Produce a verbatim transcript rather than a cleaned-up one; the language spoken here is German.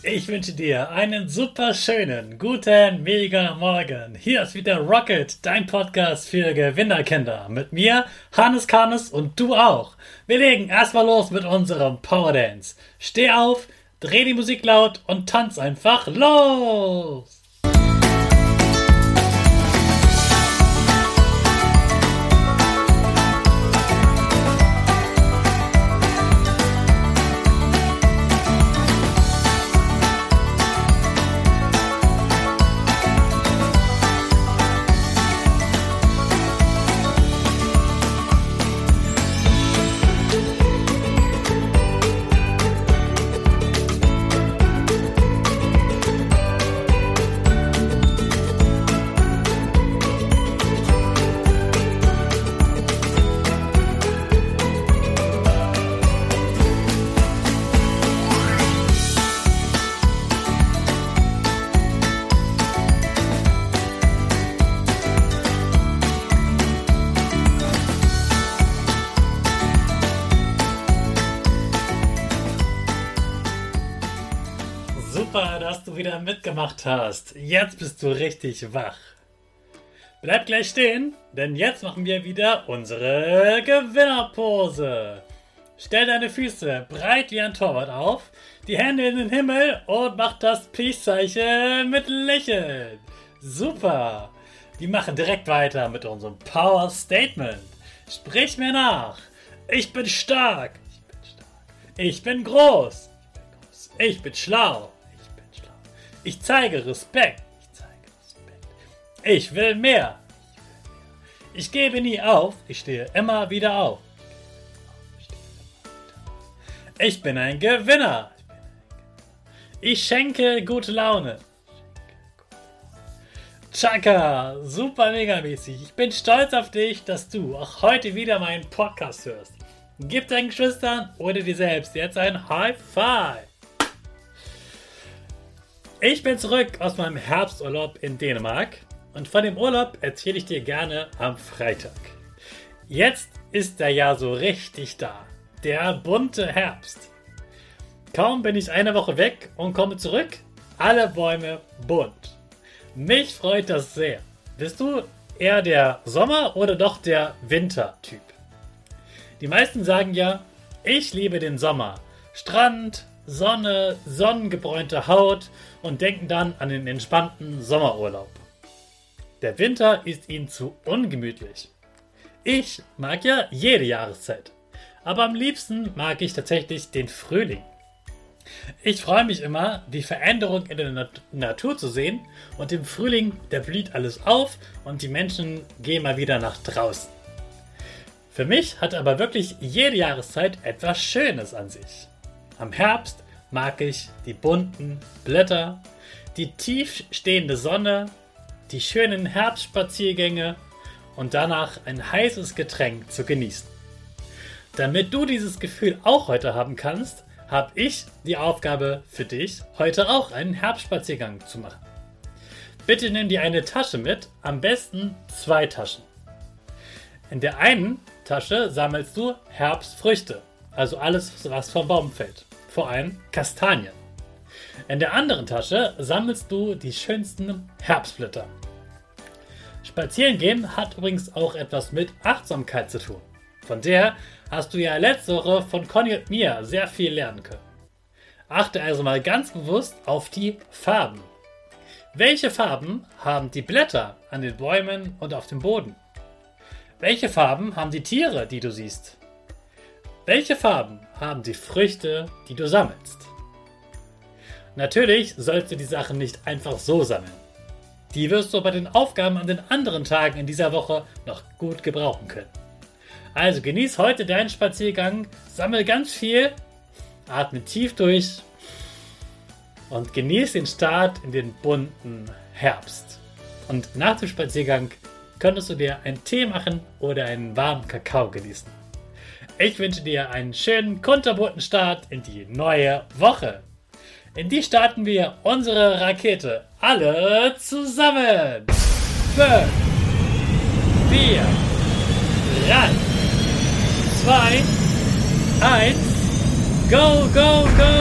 Ich wünsche dir einen super schönen, guten, mega Morgen. Hier ist wieder Rocket, dein Podcast für Gewinnerkinder. Mit mir, Hannes Karnes und du auch. Wir legen erstmal los mit unserem Power Dance. Steh auf, dreh die Musik laut und tanz einfach los. Super, dass du wieder mitgemacht hast. Jetzt bist du richtig wach. Bleib gleich stehen, denn jetzt machen wir wieder unsere Gewinnerpose. Stell deine Füße breit wie ein Torwart auf, die Hände in den Himmel und mach das Peace-Zeichen mit Lächeln. Super. Wir machen direkt weiter mit unserem Power Statement. Sprich mir nach. Ich bin stark. Ich bin stark. Ich bin groß. Ich bin groß. Ich bin schlau. Ich zeige Respekt. Ich zeige Respekt. Ich will mehr. Ich gebe nie auf. Ich stehe immer wieder auf. Ich bin ein Gewinner. Ich schenke gute Laune. Chaka, super mega mäßig. Ich bin stolz auf dich, dass du auch heute wieder meinen Podcast hörst. Gib deinen Geschwistern oder dir selbst jetzt ein High Five. Ich bin zurück aus meinem Herbsturlaub in Dänemark und von dem Urlaub erzähle ich dir gerne am Freitag. Jetzt ist er ja so richtig da, der bunte Herbst. Kaum bin ich eine Woche weg und komme zurück, alle Bäume bunt. Mich freut das sehr. Bist du eher der Sommer- oder doch der Wintertyp? Die meisten sagen ja, ich liebe den Sommer. Strand, Sonne, sonnengebräunte Haut und denken dann an den entspannten Sommerurlaub. Der Winter ist ihnen zu ungemütlich. Ich mag ja jede Jahreszeit, aber am liebsten mag ich tatsächlich den Frühling. Ich freue mich immer, die Veränderung in der Nat- Natur zu sehen und im Frühling, da blüht alles auf und die Menschen gehen mal wieder nach draußen. Für mich hat aber wirklich jede Jahreszeit etwas Schönes an sich. Am Herbst mag ich die bunten Blätter, die tief stehende Sonne, die schönen Herbstspaziergänge und danach ein heißes Getränk zu genießen. Damit du dieses Gefühl auch heute haben kannst, habe ich die Aufgabe für dich, heute auch einen Herbstspaziergang zu machen. Bitte nimm dir eine Tasche mit, am besten zwei Taschen. In der einen Tasche sammelst du Herbstfrüchte, also alles, was vom Baum fällt. Vor allem Kastanien. In der anderen Tasche sammelst du die schönsten Herbstblätter. Spazieren gehen hat übrigens auch etwas mit Achtsamkeit zu tun. Von der hast du ja letzte Woche von Conny und mir sehr viel lernen können. Achte also mal ganz bewusst auf die Farben. Welche Farben haben die Blätter an den Bäumen und auf dem Boden? Welche Farben haben die Tiere, die du siehst? Welche Farben haben die Früchte, die du sammelst? Natürlich sollst du die Sachen nicht einfach so sammeln. Die wirst du bei den Aufgaben an den anderen Tagen in dieser Woche noch gut gebrauchen können. Also genieß heute deinen Spaziergang, sammel ganz viel, atme tief durch und genieß den Start in den bunten Herbst. Und nach dem Spaziergang könntest du dir einen Tee machen oder einen warmen Kakao genießen. Ich wünsche dir einen schönen, kunterbunten Start in die neue Woche. In die starten wir unsere Rakete alle zusammen. Fünf, vier, drei, zwei, eins, go, go, go!